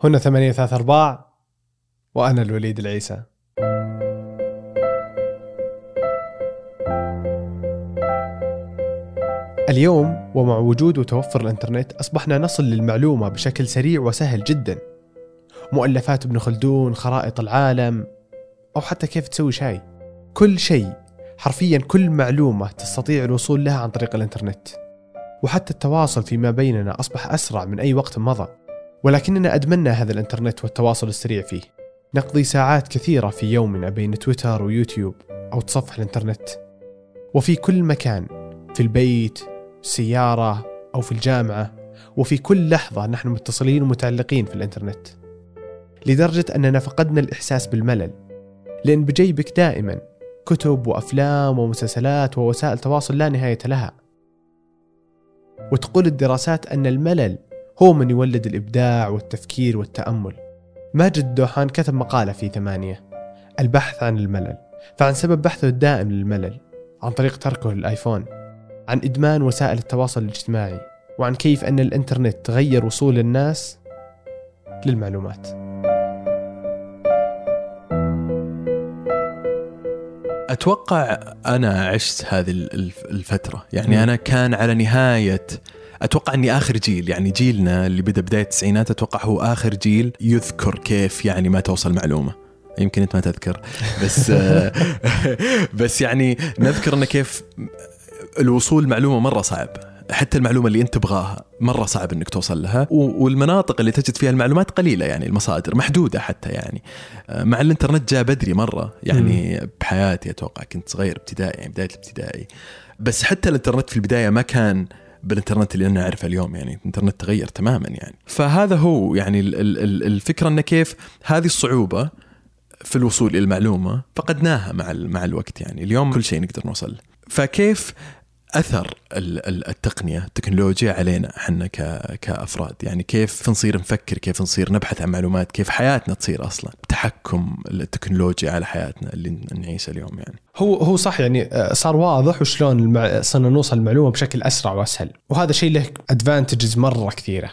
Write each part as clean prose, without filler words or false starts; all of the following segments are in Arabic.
هنا 8-3-4 وأنا الوليد العيسى. اليوم ومع وجود وتوفر الإنترنت أصبحنا نصل للمعلومة بشكل سريع وسهل جدا. مؤلفات ابن خلدون، خرائط العالم، أو حتى كيف تسوي شاي، كل شيء، حرفيا كل معلومة تستطيع الوصول لها عن طريق الإنترنت. وحتى التواصل فيما بيننا أصبح أسرع من أي وقت مضى، ولكننا أدمنا هذا الإنترنت والتواصل السريع فيه. نقضي ساعات كثيرة في يومنا بين تويتر ويوتيوب أو تصفح الإنترنت، وفي كل مكان، في البيت، السيارة أو في الجامعة، وفي كل لحظة نحن متصلين ومتعلقين في الإنترنت، لدرجة أننا فقدنا الإحساس بالملل، لأن بجيبك دائما كتب وأفلام ومسلسلات ووسائل تواصل لا نهاية لها. وتقول الدراسات أن الملل هو من يولد الإبداع والتفكير والتأمل. ماجد الدوحان كتب مقالة في 8 البحث عن الملل، فعن سبب بحثه الدائم للملل، عن طريق تركه للآيفون، عن إدمان وسائل التواصل الاجتماعي، وعن كيف أن الإنترنت تغير وصول الناس للمعلومات. أتوقع أنا عشت هذه الفترة، يعني أنا كان على نهاية، أتوقع أني آخر جيل، يعني جيلنا اللي بدأ بداية التسعينات أتوقع هو آخر جيل يذكر كيف يعني ما توصل معلومة. يمكن أنت ما تذكر بس بس يعني نذكر أن كيف الوصول معلومة مرة صعب، حتى المعلومة اللي أنت تبغاها مرة صعب أنك توصل لها، والمناطق اللي تجد فيها المعلومات قليلة، يعني المصادر محدودة حتى. يعني مع الإنترنت جاء بدري مرة، يعني بحياتي أتوقع كنت صغير ابتدائي، يعني بداية الابتدائي، بس حتى الإنترنت في البداية ما كان بالإنترنت اللي أنا أعرفه اليوم، يعني الإنترنت تغير تماما. يعني فهذا هو يعني الفكرة، أن كيف هذه الصعوبة في الوصول إلى المعلومة فقدناها مع الوقت. يعني اليوم كل شيء نقدر نوصل. فكيف أثر التكنولوجيا علينا حنا كأفراد، يعني كيف نصير نفكر، كيف نصير نبحث عن معلومات، كيف حياتنا تصير أصلا تحكم التكنولوجيا على حياتنا اللي نعيشها اليوم. يعني هو صح، يعني صار واضح وشلون صرنا نوصل المعلومة بشكل أسرع وأسهل، وهذا شيء له advantages مرة كثيرة.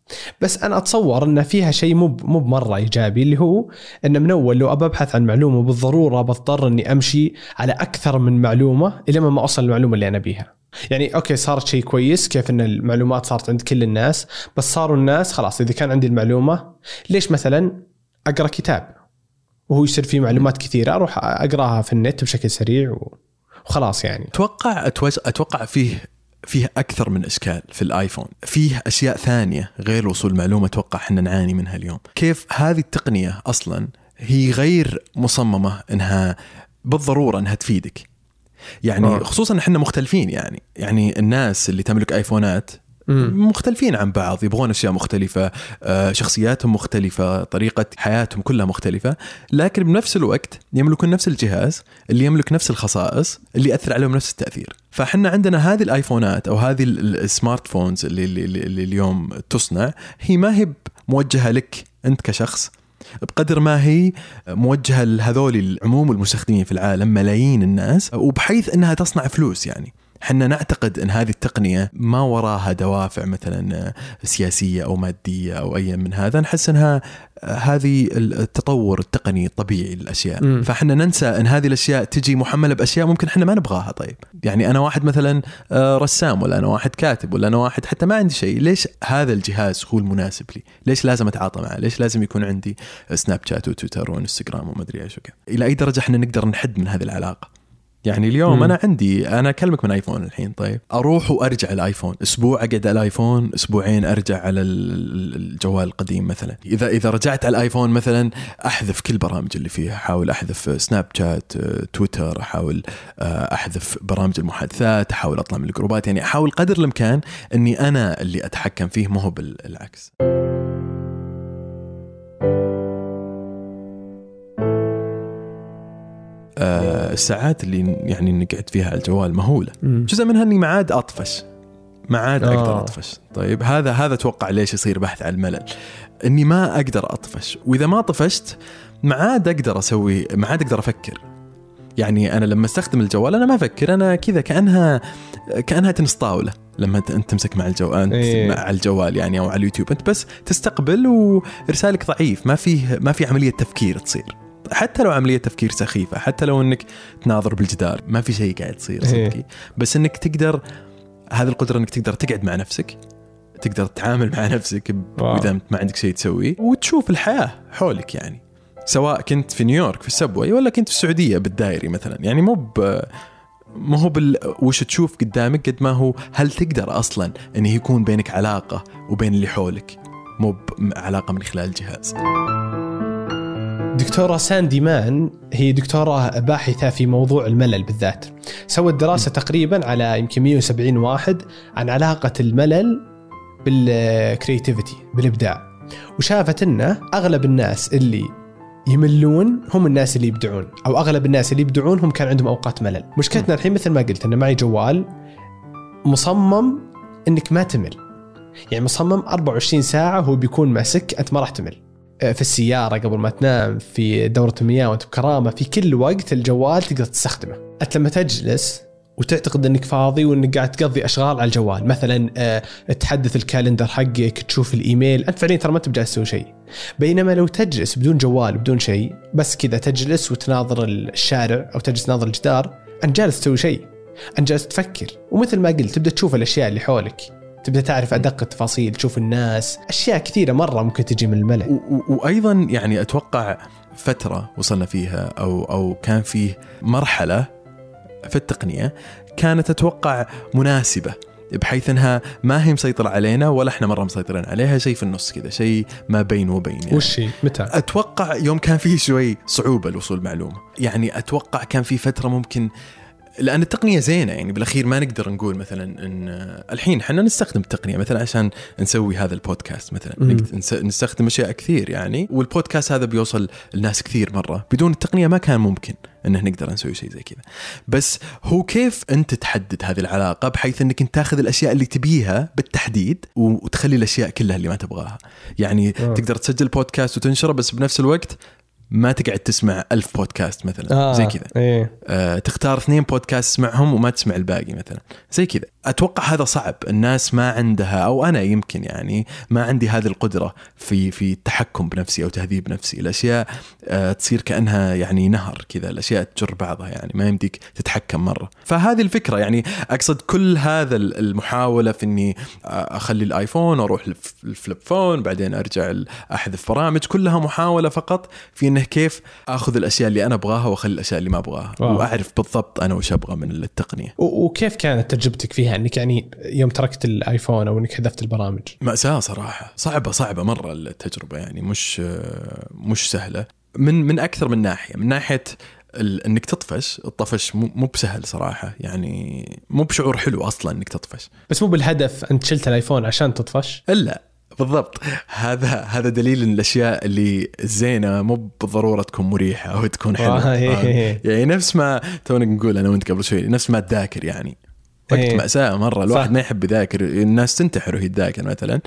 بس أنا أتصور أن فيها شيء مو مرة إيجابي، اللي هو أن من أول لو أبى أبحث عن معلومة بالضرورة بضطر أني أمشي على أكثر من معلومة إلى ما أوصل المعلومة اللي أنا بيها. يعني أوكي، صارت شيء كويس كيف أن المعلومات صارت عند كل الناس، بس صاروا الناس خلاص إذا كان عندي المعلومة، ليش مثلا أقرأ كتاب وهو يصير فيه معلومات كثيرة أروح أقرأها في النت بشكل سريع وخلاص. يعني أتوقع فيه أكثر من إشكال في الآيفون، فيه أشياء ثانية غير وصول معلومة أتوقع إحنا نعاني منها اليوم. كيف هذه التقنية أصلا هي غير مصممة إنها بالضرورة إنها تفيدك، يعني خصوصا إحنا مختلفين. يعني الناس اللي تملك آيفونات مختلفين عن بعض، يبغون أشياء مختلفة، شخصياتهم مختلفة، طريقة حياتهم كلها مختلفة، لكن بنفس الوقت يملكون نفس الجهاز اللي يملك نفس الخصائص اللي يأثر عليهم نفس التأثير. فحنا عندنا هذه الآيفونات أو هذه السمارت فونز اللي اليوم تصنع، هي ما هي موجهة لك أنت كشخص بقدر ما هي موجهة لهذول العموم المستخدمين في العالم، ملايين الناس، وبحيث أنها تصنع فلوس. يعني حنا نعتقد أن هذه التقنية ما وراها دوافع مثلا سياسية أو مادية أو أي من هذا، نحس أنها هذه التطور التقني الطبيعي للأشياء. فحنا ننسى أن هذه الأشياء تجي محملة بأشياء ممكن حنا ما نبغاها. طيب يعني أنا واحد مثلا رسام، ولا أنا واحد كاتب، ولا أنا واحد حتى ما عندي شيء، ليش هذا الجهاز هو المناسب لي؟ ليش لازم أتعاطى معه؟ ليش لازم يكون عندي سناب شات وتويتر وإنستغرام وما أدري إيش وكذا؟ إلى أي درجة حنا نقدر نحد من هذه العلاقة؟ يعني اليوم أنا أكلمك من آيفون الحين، طيب أروح وأرجع الآيفون، أسبوع أقعد على الآيفون، أسبوعين أرجع على الجوال القديم مثلا. إذا رجعت على الآيفون مثلا أحذف كل برامج اللي فيها، أحاول أحذف سناب شات، تويتر، أحاول أحذف برامج المحادثات، أحاول أطلع من الجروبات، يعني أحاول قدر الإمكان أني أنا اللي أتحكم فيه، ما هو بالعكس. الساعات اللي يعني نقعد فيها على الجوال مهولة، جزء منها أني ما عاد أقدر أطفش. طيب هذا أتوقع ليش يصير بحث عن الملل، أني ما أقدر أطفش، وإذا ما طفشت ما عاد أقدر أفكر. يعني أنا لما استخدم الجوال أنا ما أفكر، أنا كذا كأنها تنس طاولة، لما انت تمسك مع الجوال مع الجوال يعني او على اليوتيوب، انت بس تستقبل وارسالك ضعيف، ما في عمليه تفكير تصير، حتى لو عمليه تفكير سخيفه، حتى لو انك تناظر بالجدار ما في شيء قاعد يصير صدقي. بس انك تقدر، هذه القدره انك تقدر تقعد مع نفسك، تقدر تتعامل مع نفسك اذا ما عندك شيء تسويه، وتشوف الحياه حولك يعني، سواء كنت في نيويورك في السبوي ولا كنت في السعوديه بالدائري مثلا. يعني ما هو وش تشوف قدامك، قد ما هو هل تقدر أصلا أن يكون بينك علاقة وبين اللي حولك، مو علاقة من خلال الجهاز. دكتورة ساندي مان هي دكتورة باحثة في موضوع الملل بالذات، سوت دراسة تقريبا على يمكن 170 واحد عن علاقة الملل بالكرياتيفيتي، بالإبداع، وشافت أنه أغلب الناس اللي يملون هم الناس اللي يبدعون، أو أغلب الناس اللي يبدعون هم كان عندهم أوقات ملل. مشكلتنا الحين مثل ما قلت أن معي جوال مصمم أنك ما تمل، يعني مصمم 24 ساعة هو بيكون ماسك، أنت ما راح تمل. في السيارة قبل ما تنام، في دورة المياه وأنت بكرامة، في كل وقت الجوال تقدر تستخدمه. أنت لما تجلس وتعتقد أنك فاضي وأنك قاعد تقضي أشغال على الجوال، مثلا تحدث الكالندر حقك، تشوف الإيميل، أنت فعليا ترى ما تبجأ تسوي شيء. بينما لو تجلس بدون جوال بدون شيء، بس كذا تجلس وتناظر الشارع أو تجلس تناظر الجدار، أنت جالس تسوي شيء، أنت جالس تفكر، ومثل ما قلت تبدأ تشوف الأشياء اللي حولك، تبدأ تعرف أدق التفاصيل، تشوف الناس، أشياء كثيرة مرة ممكن تجي من الملل. وأيضا يعني أتوقع فترة وصلنا فيها أو كان فيه مرحلة في التقنية كانت أتوقع مناسبة، بحيث أنها ما هي مسيطرة علينا ولا إحنا مرة مسيطرين عليها، شيء في النص كذا، شيء ما بين وبين يعني. وش متى؟ أتوقع يوم كان فيه شوي صعوبة لوصول معلومة، يعني أتوقع كان في فترة ممكن، لأن التقنية زينة يعني بالأخير، ما نقدر نقول مثلا إن الحين حنا نستخدم التقنية مثلا عشان نسوي هذا البودكاست مثلا، نستخدم أشياء كثير يعني، والبودكاست هذا بيوصل للناس كثير مرة. بدون التقنية ما كان ممكن إنه نقدر نسوي شيء زي كذا. بس هو كيف أنت تحدد هذه العلاقة بحيث إنك أنت تأخذ الأشياء اللي تبيها بالتحديد وتخلي الأشياء كلها اللي ما تبغاها. يعني تقدر تسجل بودكاست وتنشره، بس بنفس الوقت ما تقعد تسمع 1000 بودكاست مثلا زي كذا. تختار 2 بودكاست تسمعهم وما تسمع الباقي مثلا زي كذا. أتوقع هذا صعب، الناس ما عندها، أو أنا يمكن يعني ما عندي هذه القدرة في التحكم بنفسي أو تهذيب نفسي. الأشياء تصير كأنها يعني نهر كذا، الأشياء تجر بعضها يعني ما يمديك تتحكم مرة. فهذه الفكرة يعني، أقصد كل هذا المحاولة في إني أخلي الآيفون وأروح الفليب فون بعدين أرجع أحذف برامج، كلها محاولة فقط في إنه كيف أخذ الأشياء اللي أنا أبغاها وأخلي الأشياء اللي ما أبغاها، وأعرف بالضبط أنا وش أبغى من التقنية. وكيف كانت تجربتك فيها، أنك يعني يوم تركت الآيفون أو أنك حذفت البرامج؟ مأساة صراحة، صعبة مرة التجربة يعني، مش سهلة من أكثر من ناحية. من ناحية انك تطفش، الطفش مو بسهل صراحة يعني، مو بشعور حلو اصلا انك تطفش. بس مو بالهدف انت شلت الايفون عشان تطفش؟ لا بالضبط، هذا دليل ان الاشياء اللي زينة مو بالضرورة تكون مريحة او تكون حلوة. يعني نفس ما تونا نقول انا وانت قبل شوي، نفس ما تذاكر يعني وقت مأساة مرة، الواحد ما يحب يذاكر، الناس تنتحر وهي تذاكر مثلا،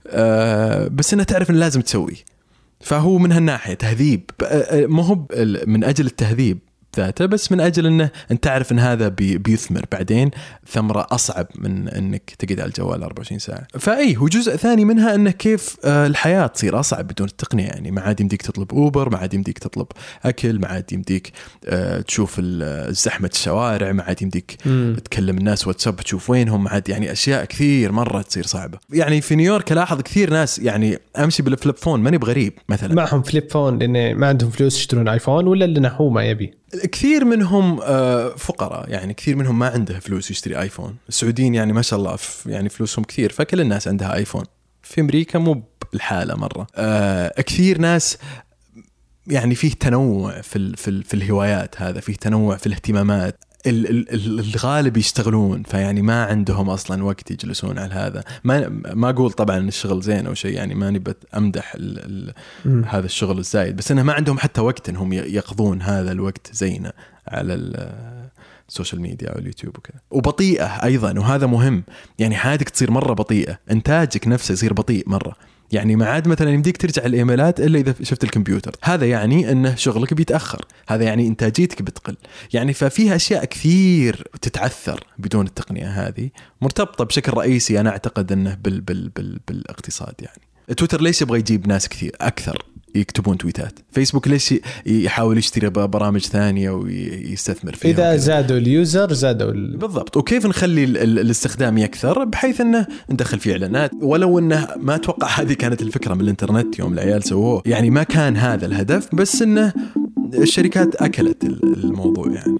بس انها تعرف ان لازم تسوي. فهو من هالناحية تهذيب، مو هو من أجل التهذيب ذاته، بس من أجل أنه أنت تعرف أن هذا بيثمر بعدين ثمرة أصعب من أنك تقعد على الجوال 24 ساعة. فأي هو جزء ثاني منها أنه كيف الحياة تصير أصعب بدون التقنية يعني. ما عاد يمديك تطلب أوبر، ما عاد يمديك تطلب أكل، ما عاد يمديك تشوف زحمة الشوارع، ما عاد يمديك تكلم الناس واتساب تشوف وينهم، ما عاد يعني أشياء كثير مرة تصير صعبة. يعني في نيويورك ألاحظ كثير ناس يعني أمشي بالفليب فون ماني بغريب مثلا، معهم فليب فون لأن ما عندهم فلوس يشترون آيفون، ولا لأنه هو ما يبي. كثير منهم فقراء يعني، كثير منهم ما عنده فلوس يشتري آيفون. السعوديين يعني ما شاء الله يعني فلوسهم كثير، فكل الناس عندها آيفون. في أمريكا مو بالحالة مرة. كثير ناس يعني فيه تنوع في الهوايات، هذا فيه تنوع في الاهتمامات. الغالب يشتغلون، فيعني ما عندهم أصلا وقت يجلسون على هذا. ما أقول طبعا الشغل زين أو شيء يعني، ما نبت أمدح هذا الشغل الزايد، بس إنه ما عندهم حتى وقت إنهم يقضون هذا الوقت زينا على السوشيال ميديا أو اليوتيوب وكذا. وبطيئة أيضا، وهذا مهم يعني، حياتك تصير مرة بطيئة، إنتاجك نفسه يصير بطيء مرة يعني ما عاد مثلا يمديك ترجع الايميلات الا اذا شفت الكمبيوتر. هذا يعني انه شغلك بيتاخر، هذا يعني انتاجيتك بتقل. يعني ففيها اشياء كثير تتعثر بدون التقنيه هذه، مرتبطه بشكل رئيسي انا اعتقد انه بالاقتصاد. يعني تويتر ليش يبغى يجيب ناس كثير اكثر يكتبون تويتات؟ فيسبوك ليش يحاول يشتري برامج ثانية ويستثمر فيها؟ إذا زادوا اليوزر زادوا بالضبط. وكيف نخلي الاستخدام يكثر بحيث أنه ندخل فيه إعلانات، ولو أنه ما أتوقع هذه كانت الفكرة من الإنترنت يوم العيال سووه، يعني ما كان هذا الهدف، بس أنه الشركات أكلت الموضوع. يعني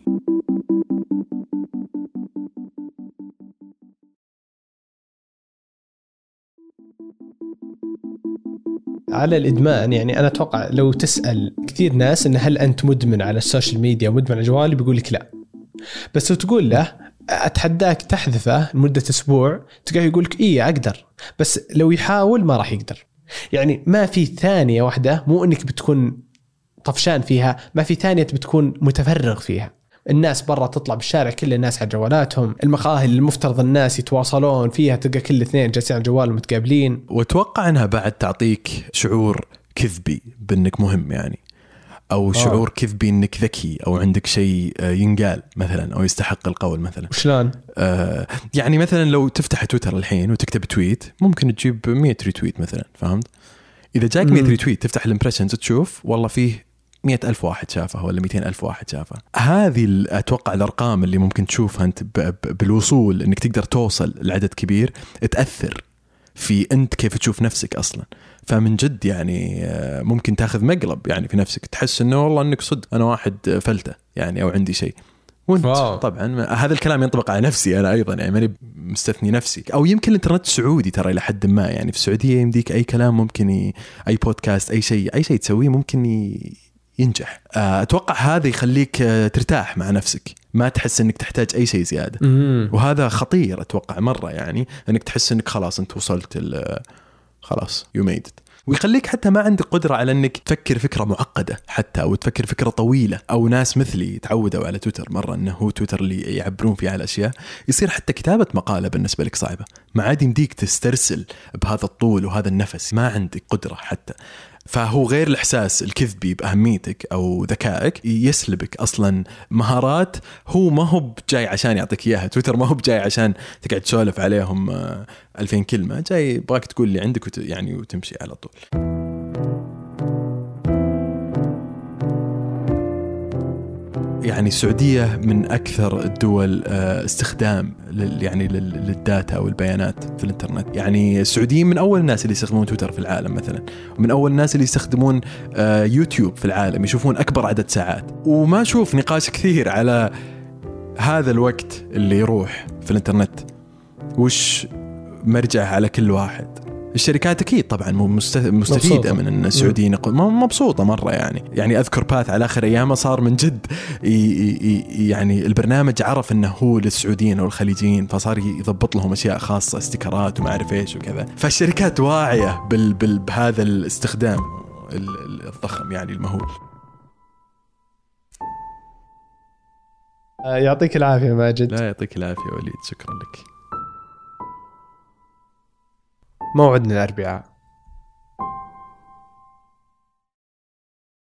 على الإدمان، يعني أنا أتوقع لو تسأل كثير ناس إن هل أنت مدمن على السوشيال ميديا مدمن على الجوال، بيقول لك لا. بس لو تقول له أتحداك تحذفه لمدة أسبوع، تلقاه يقول لك إيه أقدر، بس لو يحاول ما راح يقدر. يعني ما في ثانية واحدة مو إنك بتكون طفشان فيها، ما في ثانية بتكون متفرغ فيها. الناس برا تطلع بالشارع كل الناس على جوالاتهم، المقاهي اللي المفترض الناس يتواصلون فيها تلقى كل اثنين جالسين على الجوال متقابلين. واتوقع انها بعد تعطيك شعور كذبي بانك مهم، يعني او شعور كذبي انك ذكي او عندك شيء ينقال مثلا او يستحق القول مثلا. وشلون؟ يعني مثلا لو تفتح تويتر الحين وتكتب تويت ممكن تجيب 100 ريتويت مثلا، فهمت؟ اذا جاك 100 ريتويت تفتح الامبريشنز تشوف والله فيه 100,000 واحد شافه ولا 200,000 واحد شافه. هذه أتوقع الأرقام اللي ممكن تشوفها أنت بالوصول إنك تقدر توصل لعدد كبير تأثر في أنت كيف تشوف نفسك أصلا. فمن جد يعني ممكن تاخذ مقلب يعني في نفسك، تحس إنه والله إنك صدق أنا واحد فلتة يعني، أو عندي شيء. وانت طبعا هذا الكلام ينطبق على نفسي أنا أيضا، يعني ماني مستثني نفسي. أو يمكن الإنترنت السعودي ترى إلى حد ما، يعني في السعودية يمديك أي كلام ممكن أي بودكاست أي شيء تسويه ممكن ينجح. أتوقع هذا يخليك ترتاح مع نفسك، ما تحس أنك تحتاج أي شيء زيادة. وهذا خطير أتوقع مرة، يعني أنك تحس أنك خلاص أنت وصلت خلاص you made it. ويخليك حتى ما عندك قدرة على أنك تفكر فكرة معقدة حتى، أو تفكر فكرة طويلة. أو ناس مثلي تعودوا على تويتر مرة أنه هو تويتر اللي يعبرون فيه على الأشياء، يصير حتى كتابة مقالة بالنسبة لك صعبة، ما عاد يمديك تسترسل بهذا الطول وهذا النفس، ما عندك قدرة حتى. فهو غير الإحساس الكذبي بأهميتك أو ذكائك، يسلبك أصلا مهارات هو ما هو جاي عشان يعطيك إياها. تويتر ما هو جاي عشان تقعد تسولف عليهم 2000 كلمة، جاي باك تقول اللي عندك يعني وتمشي على طول. يعني السعودية من أكثر الدول استخدام يعني للداتا والبيانات في الإنترنت. يعني السعوديين من أول الناس اللي يستخدمون تويتر في العالم مثلا، ومن أول الناس اللي يستخدمون يوتيوب في العالم، يشوفون أكبر عدد ساعات. وما أشوف نقاش كثير على هذا الوقت اللي يروح في الإنترنت وش مرجع على كل واحد. الشركات أكيد طبعا مستفيدة من أن السعوديين مبسوطة مرة. يعني أذكر باث على آخر أيامه صار من جد يعني البرنامج عرف أنه هو للسعوديين والخليجيين، فصار يضبط لهم أشياء خاصة، استيكرات وما أعرف إيش وكذا. فالشركات واعية بهذا الاستخدام الضخم يعني المهول. يعطيك العافية ماجد. لا يعطيك العافية وليد، شكرا لك. موعدنا الأربعاء